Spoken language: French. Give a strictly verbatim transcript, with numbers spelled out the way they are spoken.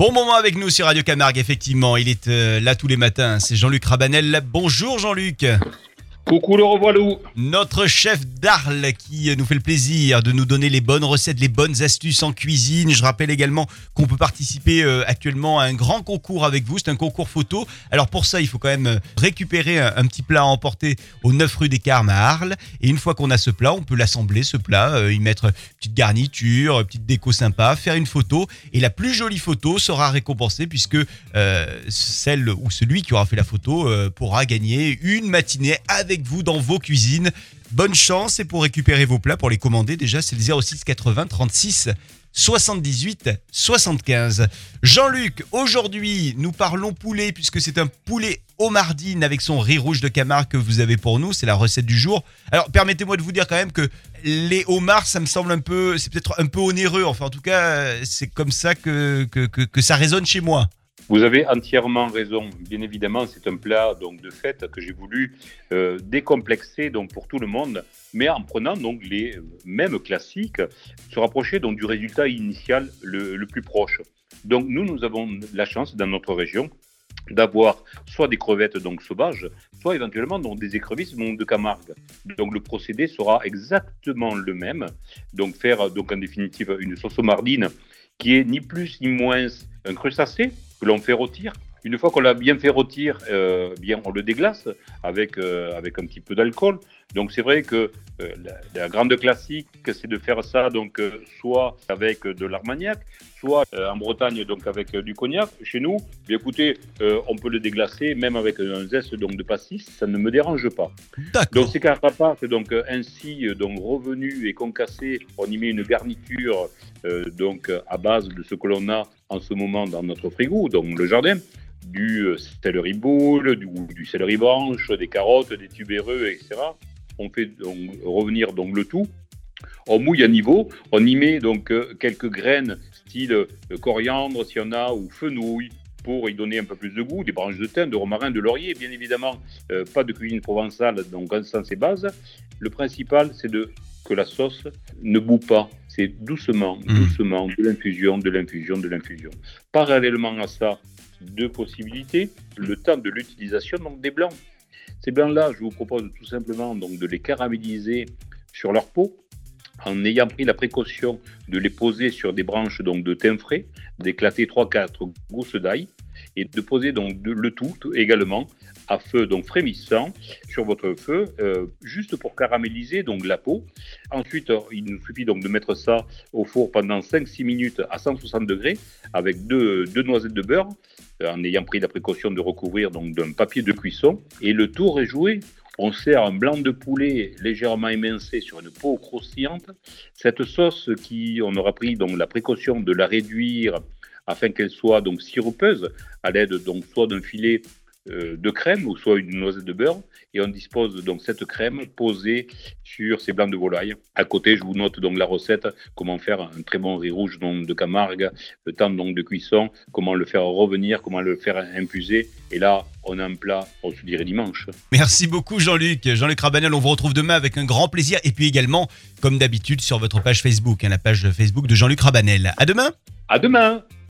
Bon moment avec nous sur Radio Camargue, effectivement. Il est euh, là tous les matins. C'est Jean-Luc Rabanel. Bonjour Jean-Luc. Coucou le revoilou. Notre chef d'Arles qui nous fait le plaisir de nous donner les bonnes recettes, les bonnes astuces en cuisine. Je rappelle également qu'on peut participer euh, actuellement à un grand concours avec vous. C'est un concours photo. Alors pour ça, il faut quand même récupérer un, un petit plat à emporter au neuf rue des Carmes à Arles. Et une fois qu'on a ce plat, on peut l'assembler, ce plat, euh, y mettre une petite garniture, une petite déco sympa, faire une photo. Et la plus jolie photo sera récompensée puisque euh, celle ou celui qui aura fait la photo euh, pourra gagner une matinée avec vous dans vos cuisines. Bonne chance, et pour récupérer vos plats, pour les commander, déjà c'est le zéro six quatre-vingts trente-six soixante-dix-huit soixante-quinze. Jean-Luc, aujourd'hui nous parlons poulet puisque c'est un poulet homardine avec son riz rouge de Camargue que vous avez pour nous, c'est la recette du jour. Alors permettez-moi de vous dire quand même que les homards, ça me semble un peu, c'est peut-être un peu onéreux, enfin en tout cas c'est comme ça que, que, que, que ça résonne chez moi. Vous avez entièrement raison. Bien évidemment, c'est un plat donc de fête que j'ai voulu euh, décomplexer donc pour tout le monde, mais en prenant donc les mêmes classiques, se rapprocher donc du résultat initial le, le plus proche. Donc nous, nous avons la chance dans notre région d'avoir soit des crevettes donc sauvages, soit éventuellement donc des écrevisses donc de Camargue. Donc le procédé sera exactement le même. Donc faire donc en définitive une sauce homardine qui est ni plus ni moins un crustacé que l'on fait rôtir. Une fois qu'on l'a bien fait rôtir, euh, bien on le déglace avec, euh, avec un petit peu d'alcool. Donc c'est vrai que euh, la, la grande classique, c'est de faire ça donc euh, soit avec de l'armagnac, soit euh, en Bretagne donc avec euh, du cognac. Chez nous, bien écoutez, euh, on peut le déglacer même avec un zeste donc de pastis, ça ne me dérange pas. D'accord. Donc c'est qu'à la pâte donc ainsi donc revenu et concassé, on y met une garniture euh, donc à base de ce que l'on a en ce moment dans notre frigo, donc le jardin. Du céleri boule, du, du céleri branche, des carottes, des tubéreux, et cetera. On fait donc revenir donc le tout. On mouille à niveau. On y met donc quelques graines style coriandre s'il y en a ou fenouil pour y donner un peu plus de goût. Des branches de thym, de romarin, de laurier, bien évidemment. Euh, pas de cuisine provençale, donc en sens et base. Le principal, c'est de que la sauce ne bout pas. C'est doucement, mmh. doucement, de l'infusion, de l'infusion, de l'infusion. Parallèlement à ça, deux possibilités. Le temps de l'utilisation donc des blancs. Ces blancs-là, je vous propose tout simplement donc de les caraméliser sur leur peau, en ayant pris la précaution de les poser sur des branches donc de thym frais, d'éclater trois quatre gousses d'ail et de poser donc de, le tout, tout également à feu donc frémissant sur votre feu, euh, juste pour caraméliser donc la peau. Ensuite, il nous suffit donc de mettre ça au four pendant cinq six minutes à cent soixante degrés avec deux, deux noisettes de beurre, euh, en ayant pris la précaution de recouvrir donc d'un papier de cuisson. Et le tour est joué. On sert un blanc de poulet légèrement émincé sur une peau croustillante. Cette sauce qui, on aura pris donc la précaution de la réduire afin qu'elle soit donc sirupeuse à l'aide donc soit d'un filet euh, de crème ou soit une noisette de beurre, et on dispose donc cette crème posée sur ces blancs de volaille. À côté, je vous note donc la recette, comment faire un très bon riz rouge donc de Camargue, le temps donc de cuisson, comment le faire revenir, comment le faire infuser, et là on a un plat, on se dirait dimanche. Merci beaucoup Jean-Luc. Jean-Luc Rabanel, on vous retrouve demain avec un grand plaisir, et puis également, comme d'habitude, sur votre page Facebook, hein, la page Facebook de Jean-Luc Rabanel. À demain. À demain.